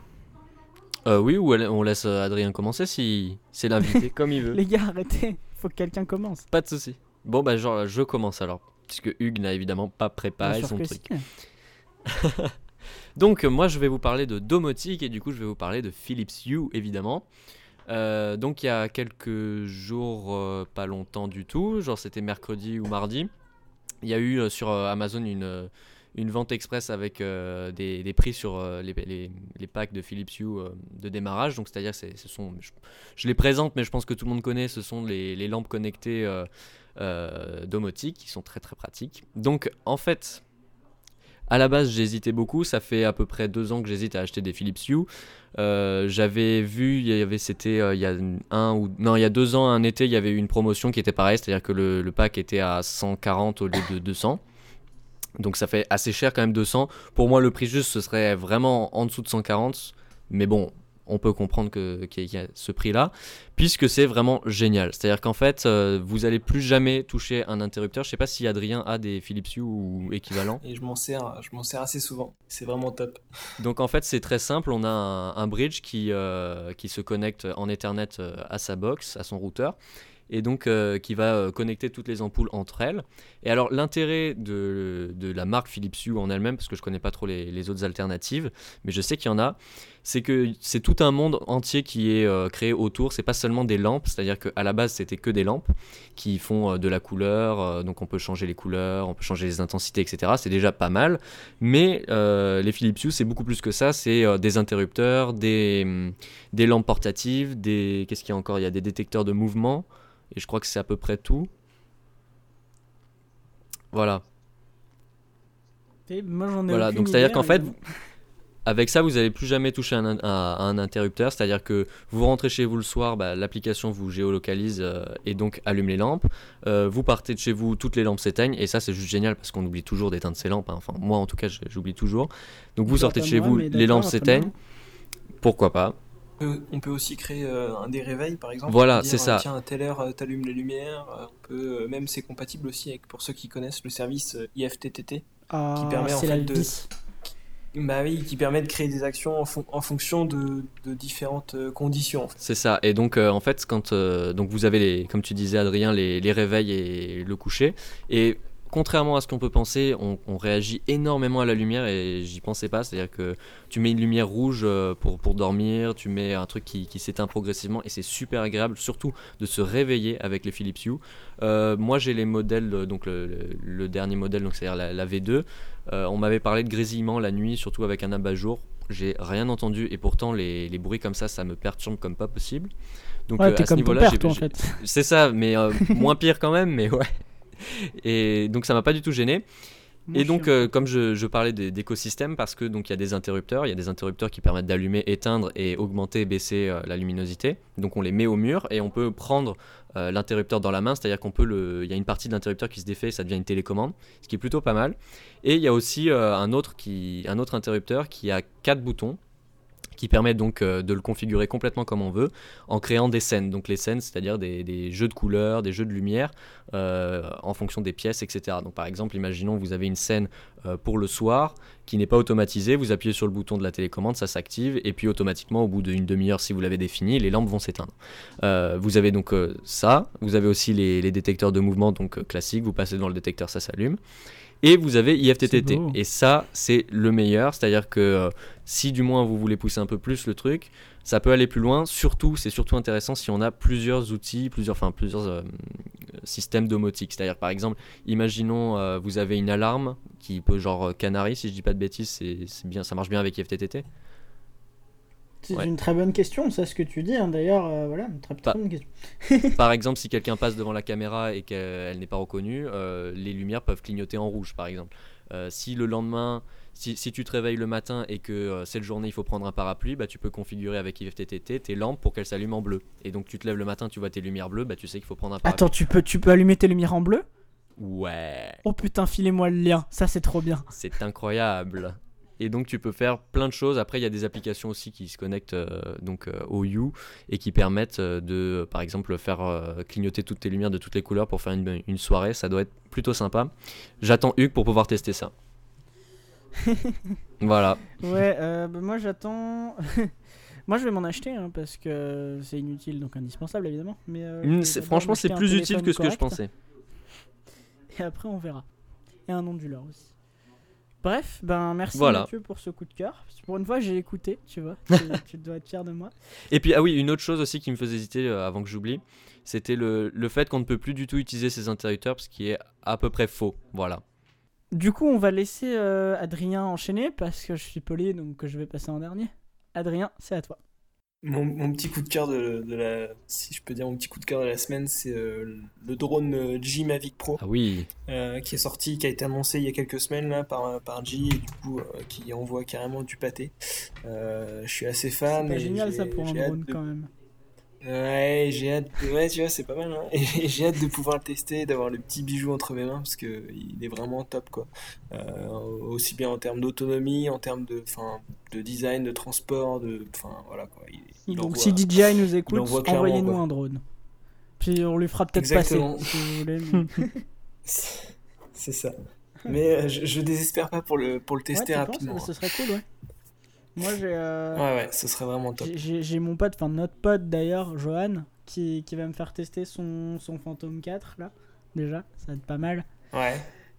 Oui, ou on laisse Adrien commencer si c'est l'invité, comme il veut. Les gars, arrêtez, faut que quelqu'un commence. Pas de souci. Bon, bah, je commence alors, puisque Hugues n'a évidemment pas préparé son truc. Si. Donc, moi, je vais vous parler de domotique et du coup, je vais vous parler de Philips Hue, évidemment. Donc, il y a quelques jours, pas longtemps du tout, genre c'était mercredi ou mardi, il y a eu sur Amazon une vente express avec des prix sur les packs de Philips Hue de démarrage. Donc c'est-à-dire je les présente, mais je pense que tout le monde connaît, ce sont les lampes connectées domotiques qui sont très très pratiques. Donc en fait, à la base j'hésitais beaucoup, ça fait à peu près 2 ans que j'hésite à acheter des Philips Hue. J'avais vu, il y a 2 ans, un été, il y avait eu une promotion qui était pareille, c'est-à-dire que le pack était à 140 au lieu de 200. Donc ça fait assez cher quand même, 200. Pour moi, le prix juste, ce serait vraiment en dessous de 140. Mais bon, on peut comprendre qu'il y a ce prix-là, puisque c'est vraiment génial. C'est-à-dire qu'en fait, vous n'allez plus jamais toucher un interrupteur. Je ne sais pas si Adrien a des Philips Hue ou équivalent. Et je m'en sers assez souvent. C'est vraiment top. Donc en fait, c'est très simple. On a un bridge qui se connecte en Ethernet à sa box, à son routeur. Et donc qui va connecter toutes les ampoules entre elles. Et alors l'intérêt de la marque Philips Hue en elle-même, parce que je connais pas trop les autres alternatives, mais je sais qu'il y en a, c'est que c'est tout un monde entier qui est créé autour. C'est pas seulement des lampes, c'est-à-dire qu'à la base c'était que des lampes qui font de la couleur, donc on peut changer les couleurs, on peut changer les intensités, etc. C'est déjà pas mal, mais les Philips Hue c'est beaucoup plus que ça. C'est des interrupteurs, des lampes portatives, qu'est-ce qu'il y a encore ? Il y a des détecteurs de mouvement. Et je crois que c'est à peu près tout. Voilà. Et moi, j'en ai voilà, aucune donc c'est-à-dire idée, qu'en fait, Avec ça, vous n'allez plus jamais toucher à un interrupteur, c'est-à-dire que vous rentrez chez vous le soir, l'application vous géolocalise et donc allume les lampes. Vous partez de chez vous, toutes les lampes s'éteignent, et ça c'est juste génial parce qu'on oublie toujours d'éteindre ses lampes. Enfin, moi en tout cas, j'oublie toujours. Donc vous sortez de chez vous, les lampes s'éteignent. Pourquoi pas? On peut aussi créer des réveils, par exemple. Voilà, dire, c'est ça. Tiens, à telle heure, t'allumes les lumières. On peut, même c'est compatible aussi avec, pour ceux qui connaissent le service IFTTT, qui permet en fait qui permet de créer des actions en fonction de différentes conditions. En fait. C'est ça. Et donc en fait, quand donc vous avez comme tu disais Adrien, les réveils et le coucher. Et contrairement à ce qu'on peut penser, on réagit énormément à la lumière et j'y pensais pas. C'est-à-dire que tu mets une lumière rouge pour dormir, tu mets un truc qui s'éteint progressivement et c'est super agréable, surtout de se réveiller avec les Philips Hue. Moi j'ai les modèles, donc le dernier modèle, donc c'est-à-dire la V2. On m'avait parlé de grésillement la nuit, surtout avec un abat-jour. J'ai rien entendu et pourtant les bruits comme ça me perturbe comme pas possible. Donc ouais, t'es à ce comme niveau-là, ton père, toi, en fait. c'est ça, mais moins pire quand même, mais ouais. Et donc ça m'a pas du tout gêné. Et donc comme je parlais d'écosystème, parce que donc il y a des interrupteurs qui permettent d'allumer, éteindre et augmenter, baisser la luminosité. Donc on les met au mur et on peut prendre l'interrupteur dans la main, c'est-à-dire il y a une partie de l'interrupteur qui se défait et ça devient une télécommande, ce qui est plutôt pas mal. Et il y a aussi un autre interrupteur qui a 4 boutons qui permet donc de le configurer complètement comme on veut en créant des scènes. Donc les scènes, c'est-à-dire des jeux de couleurs, des jeux de lumière en fonction des pièces, etc. Donc par exemple, imaginons vous avez une scène pour le soir qui n'est pas automatisée, vous appuyez sur le bouton de la télécommande, ça s'active et puis automatiquement au bout d'une demi-heure, si vous l'avez défini, les lampes vont s'éteindre. Vous avez donc ça, vous avez aussi les détecteurs de mouvement donc classiques, vous passez dans le détecteur, ça s'allume. Et vous avez IFTTT. Et ça, c'est le meilleur. C'est-à-dire que si du moins vous voulez pousser un peu plus le truc, ça peut aller plus loin. Surtout, c'est surtout intéressant si on a plusieurs outils, plusieurs systèmes domotiques. C'est-à-dire, par exemple, imaginons vous avez une alarme qui peut genre Canary, si je dis pas de bêtises, c'est bien, ça marche bien avec IFTTT. C'est une très bonne question, c'est ce que tu dis. Hein. D'ailleurs, voilà, une très bonne question. Par exemple, si quelqu'un passe devant la caméra et qu'elle n'est pas reconnue, les lumières peuvent clignoter en rouge, par exemple. Si le lendemain, si tu te réveilles le matin et que cette journée il faut prendre un parapluie, tu peux configurer avec IFTTT tes lampes pour qu'elles s'allument en bleu. Et donc tu te lèves le matin, tu vois tes lumières bleues, tu sais qu'il faut prendre un parapluie. Attends, tu peux allumer tes lumières en bleu ? Ouais. Oh putain, filez-moi le lien, ça c'est trop bien. C'est incroyable. Et donc tu peux faire plein de choses. Après il y a des applications aussi qui se connectent au Hue et qui permettent de par exemple faire clignoter toutes tes lumières de toutes les couleurs pour faire une soirée. Ça doit être plutôt sympa. J'attends Hugues pour pouvoir tester ça. Voilà. Ouais, moi j'attends. Moi je vais m'en acheter parce que c'est inutile donc indispensable évidemment. Mais franchement c'est plus utile que ce que je pensais. Et après on verra. Et un onduleur aussi. Bref, merci Mathieu pour ce coup de cœur. Pour une fois, j'ai écouté, tu vois. Tu dois être fier de moi. Et puis, une autre chose aussi qui me faisait hésiter avant que j'oublie, c'était le fait qu'on ne peut plus du tout utiliser ces interrupteurs, ce qui est à peu près faux. Voilà. Du coup, on va laisser Adrien enchaîner parce que je suis poli, donc je vais passer en dernier. Adrien, c'est à toi. Mon petit coup de cœur si je peux dire mon petit coup de cœur de la semaine, c'est le drone G Mavic Pro. Ah oui. Qui est sorti, qui a été annoncé il y a quelques semaines là par G et du coup qui envoie carrément du pâté. Je suis assez fan. C'est pas génial ça pour un drone quand même. Ouais, j'ai hâte. Ouais, tu vois, c'est pas mal. Hein. Et j'ai hâte de pouvoir le tester, d'avoir le petit bijou entre mes mains parce que il est vraiment top quoi. Aussi bien en termes d'autonomie, en termes de design, de transport, voilà quoi. Donc si DJI nous écoute, envoyez-nous un drone. Puis on lui fera peut-être passer si vous voulez. Mais... c'est ça. Mais je désespère pas pour le tester rapidement. Ce serait cool, ouais. Moi j'ai. Ouais, ce serait vraiment top. J'ai mon pote, notre pote d'ailleurs, Johan, qui va me faire tester son Phantom 4 là. Déjà, ça va être pas mal. Ouais.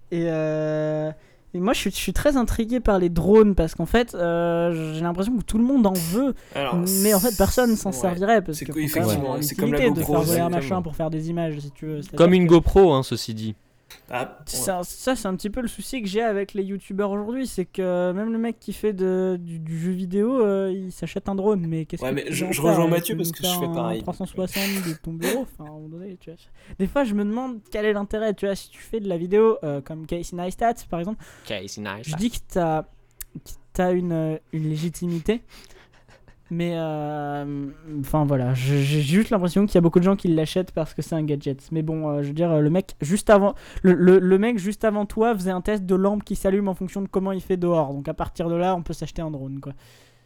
Et moi je suis très intrigué par les drones parce qu'en fait j'ai l'impression que tout le monde en veut. Mais en fait personne s'en servirait parce que effectivement, c'est comme la GoPro, de faire voler un machin pour faire des images si tu veux. Comme une GoPro, ceci dit. Ça c'est un petit peu le souci que j'ai avec les youtubeurs aujourd'hui, c'est que même le mec qui fait du jeu vidéo il s'achète un drone, mais qu'est-ce que je rejoins Mathieu parce que je fais pareil. 360 de ton bureau, à un moment donné, tu vois. Des fois je me demande quel est l'intérêt, tu vois, si tu fais de la vidéo comme Casey Neistat par exemple. Casey Neistat. Je dis que t'as t'as une légitimité. Mais enfin voilà, j'ai juste l'impression qu'il y a beaucoup de gens qui l'achètent parce que c'est un gadget. Mais bon, je veux dire, le mec juste avant toi faisait un test de lampe qui s'allume en fonction de comment il fait dehors. Donc à partir de là, on peut s'acheter un drone, quoi.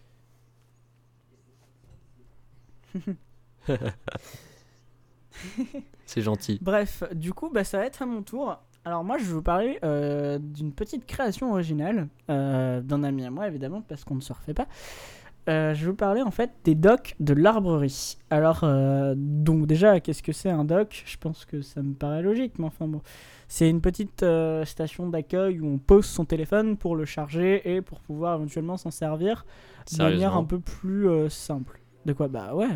C'est gentil. Bref, du coup, ça va être à mon tour. Alors moi, je vais vous parler d'une petite création originale d'un ami à moi, évidemment, parce qu'on ne se refait pas. Je vais vous parler en fait des docks de l'arbrerie. Alors, donc déjà, qu'est-ce que c'est un dock ? Je pense que ça me paraît logique, mais enfin bon. C'est une petite station d'accueil où on pose son téléphone pour le charger et pour pouvoir éventuellement s'en servir de manière un peu plus simple. De quoi ? Bah ouais.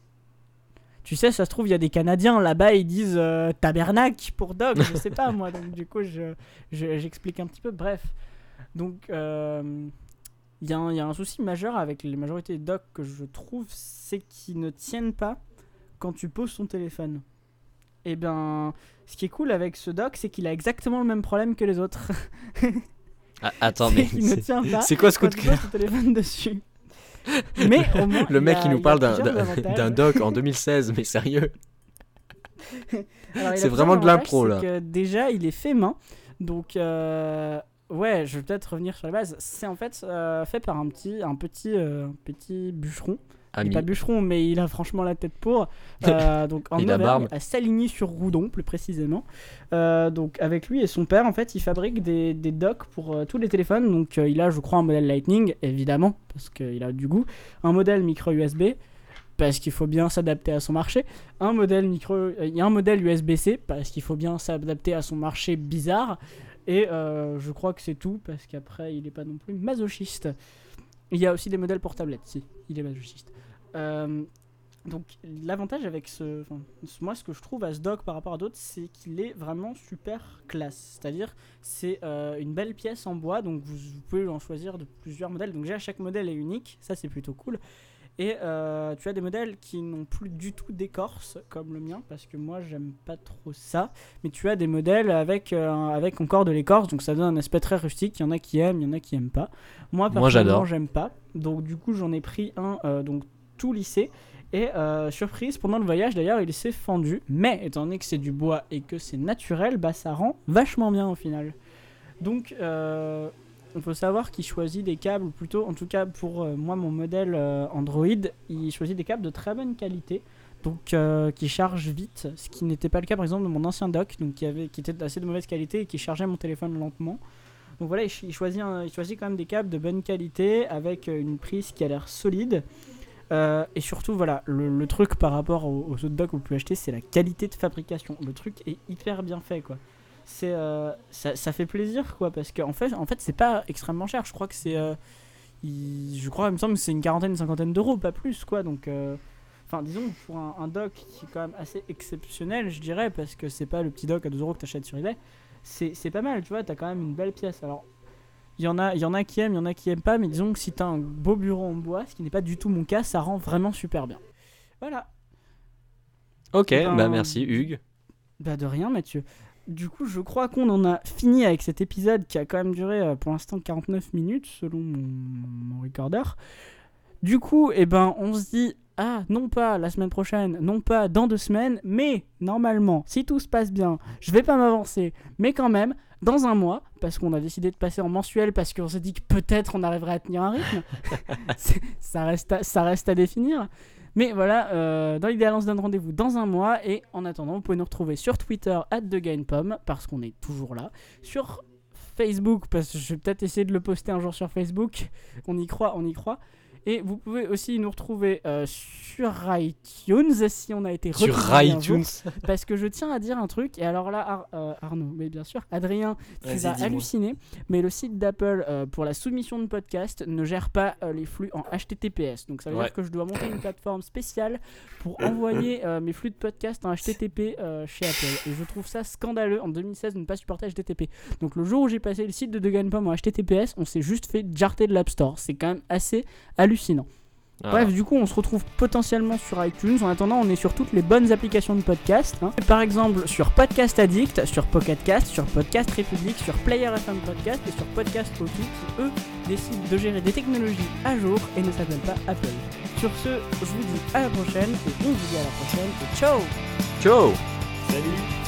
Tu sais, ça se trouve, il y a des Canadiens là-bas, ils disent tabernacle pour dock, je sais pas moi. Donc du coup, j'explique un petit peu. Bref. Donc... Il y a un souci majeur avec les majorités des docks que je trouve, c'est qu'ils ne tiennent pas quand tu poses ton téléphone. Et ben, ce qui est cool avec ce dock, c'est qu'il a exactement le même problème que les autres. Attends, mais ne tient pas c'est quoi ce coup de quand tu poses ton téléphone dessus. Mais au moins, le mec qui nous parle d'un dock en 2016, mais sérieux. Alors, c'est vraiment de l'impro là. Que déjà, il est fait main, donc. Ouais, je vais peut-être revenir sur les bases. C'est en fait fait par un petit bûcheron. Il n'est pas bûcheron, mais il a franchement la tête pour. Donc en Auvergne, à Saligny-sur-Roudon, plus précisément. Donc avec lui et son père, en fait, il fabrique des docks pour tous les téléphones. Donc il a, je crois, un modèle Lightning, évidemment, parce qu'il a du goût. Un modèle micro USB, parce qu'il faut bien s'adapter à son marché. Il y a un modèle USB-C, parce qu'il faut bien s'adapter à son marché bizarre. Et je crois que c'est tout, parce qu'après, il n'est pas non plus masochiste. Il y a aussi des modèles pour tablettes, si, il est masochiste. Donc, l'avantage avec moi, ce que je trouve à ce dock par rapport à d'autres, c'est qu'il est vraiment super classe. C'est-à-dire, c'est une belle pièce en bois, donc vous pouvez en choisir de plusieurs modèles. Donc déjà, chaque modèle est unique, ça c'est plutôt cool. Et tu as des modèles qui n'ont plus du tout d'écorce, comme le mien, parce que moi j'aime pas trop ça. Mais tu as des modèles avec encore de l'écorce, donc ça donne un aspect très rustique. Il y en a qui aiment, il y en a qui aiment pas. Moi personnellement, j'aime pas. Donc du coup, j'en ai pris un donc tout lissé. Et surprise, pendant le voyage d'ailleurs, il s'est fendu. Mais étant donné que c'est du bois et que c'est naturel, ça rend vachement bien au final. Donc... il faut savoir qu'il choisit des câbles, ou plutôt, en tout cas pour moi, mon modèle Android, il choisit des câbles de très bonne qualité, donc qui chargent vite, ce qui n'était pas le cas par exemple de mon ancien dock, donc qui était d'assez de mauvaise qualité et qui chargeait mon téléphone lentement. Donc voilà, il choisit quand même des câbles de bonne qualité avec une prise qui a l'air solide. Et surtout, voilà, le truc par rapport aux autres docks que vous pouvez acheter, c'est la qualité de fabrication. Le truc est hyper bien fait, quoi. Ça fait plaisir, quoi, parce qu'en fait c'est pas extrêmement cher. Je crois que il me semble que c'est une cinquantaine d'euros, pas plus, quoi. Donc disons pour un dock qui est quand même assez exceptionnel, je dirais, parce que c'est pas le petit dock à 2 euros que t'achètes sur eBay. C'est pas mal, tu vois, t'as quand même une belle pièce. Alors il y en a qui aiment, il y en a qui aiment pas, mais disons que si t'as un beau bureau en bois, ce qui n'est pas du tout mon cas, ça rend vraiment super bien. Voilà. Ok, merci Hugues. De rien, Mathieu. Du coup, je crois qu'on en a fini avec cet épisode qui a quand même duré pour l'instant 49 minutes selon mon recorder. Du coup, on se dit, non pas la semaine prochaine, non pas dans 2 semaines, mais normalement, si tout se passe bien, je vais pas m'avancer, mais quand même, dans 1 mois, parce qu'on a décidé de passer en mensuel, parce qu'on s'est dit que peut-être on arriverait à tenir un rythme. ça reste à définir. Mais voilà, dans l'idéal, on se donne rendez-vous dans 1 mois. Et en attendant, vous pouvez nous retrouver sur Twitter @TheGainPom, parce qu'on est toujours là. Sur Facebook, parce que je vais peut-être essayer de le poster un jour sur Facebook. On y croit. Et vous pouvez aussi nous retrouver sur iTunes, si on a été sur iTunes. Parce que je tiens à dire un truc, et alors là, Arnaud, mais bien sûr, Adrien, tu vas halluciner, mais le site d'Apple pour la soumission de podcast ne gère pas les flux en HTTPS. Donc ça veut dire que je dois monter une plateforme spéciale pour envoyer mes flux de podcast en HTTP chez Apple. Et je trouve ça scandaleux en 2016 de ne pas supporter HTTP. Donc le jour où j'ai passé le site de TheGainPom en HTTPS, on s'est juste fait jarter de l'App Store. C'est quand même assez hallucinant. Bref, du coup, on se retrouve potentiellement sur iTunes. En attendant, on est sur toutes les bonnes applications de podcast. Par exemple, sur Podcast Addict, sur Pocket Cast, sur Podcast République, sur Player FM Podcast et sur Podcast Pocket, qui eux décident de gérer des technologies à jour et ne s'appellent pas Apple. Sur ce, je vous dis à la prochaine et on vous dit à la prochaine et ciao. Ciao. Salut.